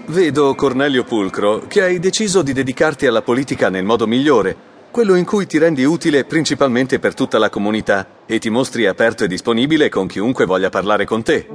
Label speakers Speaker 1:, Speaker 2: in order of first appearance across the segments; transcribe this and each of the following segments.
Speaker 1: Vedo, Cornelio Pulcro, che hai deciso di dedicarti alla politica nel modo migliore, quello in cui ti rendi utile principalmente per tutta la comunità e ti mostri aperto e disponibile con chiunque voglia parlare con te.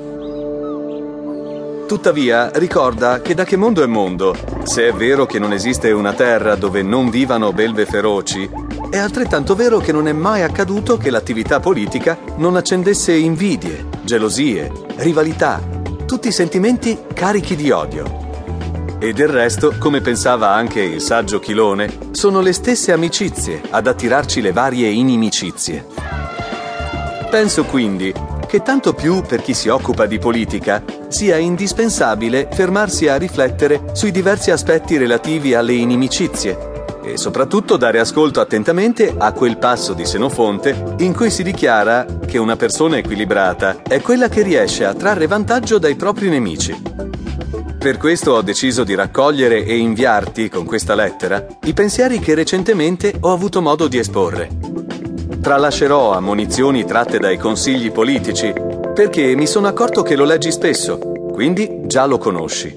Speaker 1: Tuttavia, ricorda che da che mondo è mondo, se è vero che non esiste una terra dove non vivano belve feroci, è altrettanto vero che non è mai accaduto che l'attività politica non accendesse invidie, gelosie, rivalità, tutti sentimenti carichi di odio. E del resto, come pensava anche il saggio Chilone, sono le stesse amicizie ad attirarci le varie inimicizie. Penso quindi che tanto più per chi si occupa di politica sia indispensabile fermarsi a riflettere sui diversi aspetti relativi alle inimicizie e soprattutto dare ascolto attentamente a quel passo di Senofonte in cui si dichiara che una persona equilibrata è quella che riesce a trarre vantaggio dai propri nemici. Per questo ho deciso di raccogliere e inviarti con questa lettera i pensieri che recentemente ho avuto modo di esporre. Tralascerò ammonizioni tratte dai consigli politici perché mi sono accorto che lo leggi spesso, quindi già lo conosci.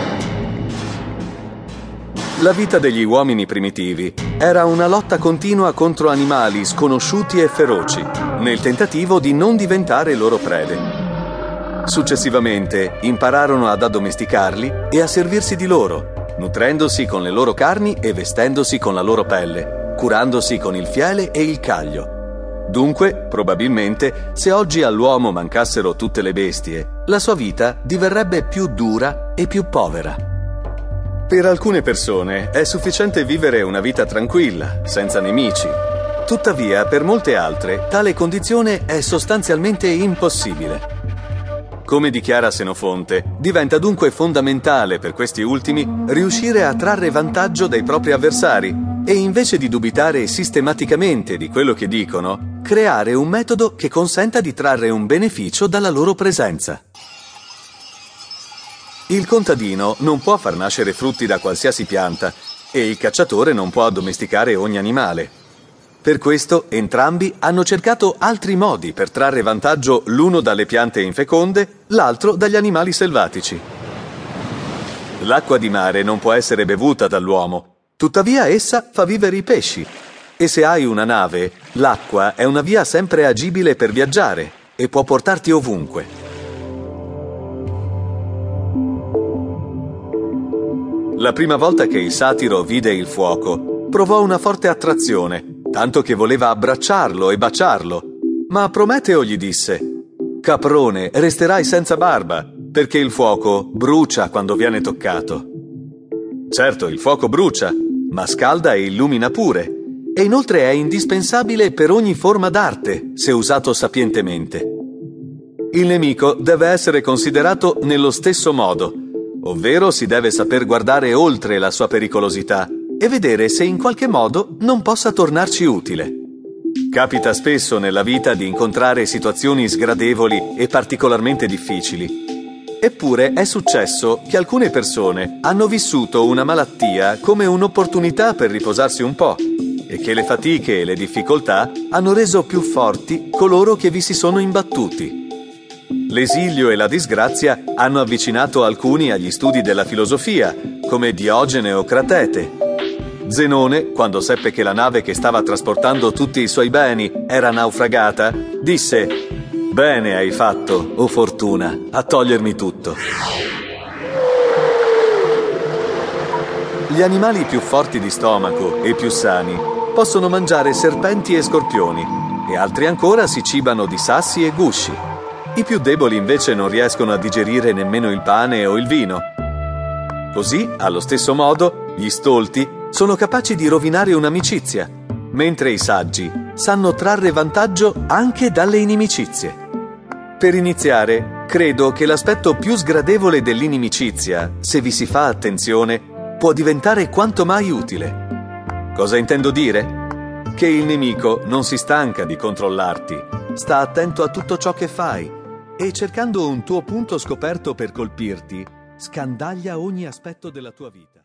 Speaker 1: La vita degli uomini primitivi era una lotta continua contro animali sconosciuti e feroci, nel tentativo di non diventare loro prede. Successivamente impararono ad addomesticarli e a servirsi di loro, nutrendosi con le loro carni e vestendosi con la loro pelle, curandosi con il fiele e il caglio. Dunque, probabilmente, se oggi all'uomo mancassero tutte le bestie, la sua vita diverrebbe più dura e più povera. Per alcune persone è sufficiente vivere una vita tranquilla, senza nemici. Tuttavia, per molte altre, tale condizione è sostanzialmente impossibile. Come dichiara Senofonte, diventa dunque fondamentale per questi ultimi riuscire a trarre vantaggio dai propri avversari e invece di dubitare sistematicamente di quello che dicono, creare un metodo che consenta di trarre un beneficio dalla loro presenza. Il contadino non può far nascere frutti da qualsiasi pianta e il cacciatore non può addomesticare ogni animale. Per questo entrambi hanno cercato altri modi per trarre vantaggio l'uno dalle piante infeconde, l'altro dagli animali selvatici. L'acqua di mare non può essere bevuta dall'uomo, tuttavia essa fa vivere i pesci. E se hai una nave, l'acqua è una via sempre agibile per viaggiare e può portarti ovunque. La prima volta che il satiro vide il fuoco, provò una forte attrazione, tanto che voleva abbracciarlo e baciarlo. Ma Prometeo gli disse: «Caprone, resterai senza barba, perché il fuoco brucia quando viene toccato». Certo, il fuoco brucia, ma scalda e illumina pure, e inoltre è indispensabile per ogni forma d'arte, se usato sapientemente. Il nemico deve essere considerato nello stesso modo, ovvero si deve saper guardare oltre la sua pericolosità e vedere se in qualche modo non possa tornarci utile. Capita spesso nella vita di incontrare situazioni sgradevoli e particolarmente difficili. Eppure è successo che alcune persone hanno vissuto una malattia come un'opportunità per riposarsi un po' e che le fatiche e le difficoltà hanno reso più forti coloro che vi si sono imbattuti. L'esilio e la disgrazia hanno avvicinato alcuni agli studi della filosofia, come Diogene o Cratete. Zenone, quando seppe che la nave che stava trasportando tutti i suoi beni era naufragata, disse: «Bene hai fatto, o fortuna, a togliermi tutto». Gli animali più forti di stomaco e più sani possono mangiare serpenti e scorpioni, e altri ancora si cibano di sassi e gusci. I più deboli invece non riescono a digerire nemmeno il pane o il vino. Così, allo stesso modo, gli stolti sono capaci di rovinare un'amicizia, mentre i saggi sanno trarre vantaggio anche dalle inimicizie. Per iniziare, credo che l'aspetto più sgradevole dell'inimicizia, se vi si fa attenzione, può diventare quanto mai utile. Cosa intendo dire? Che il nemico non si stanca di controllarti, sta attento a tutto ciò che fai e cercando un tuo punto scoperto per colpirti, scandaglia ogni aspetto della tua vita.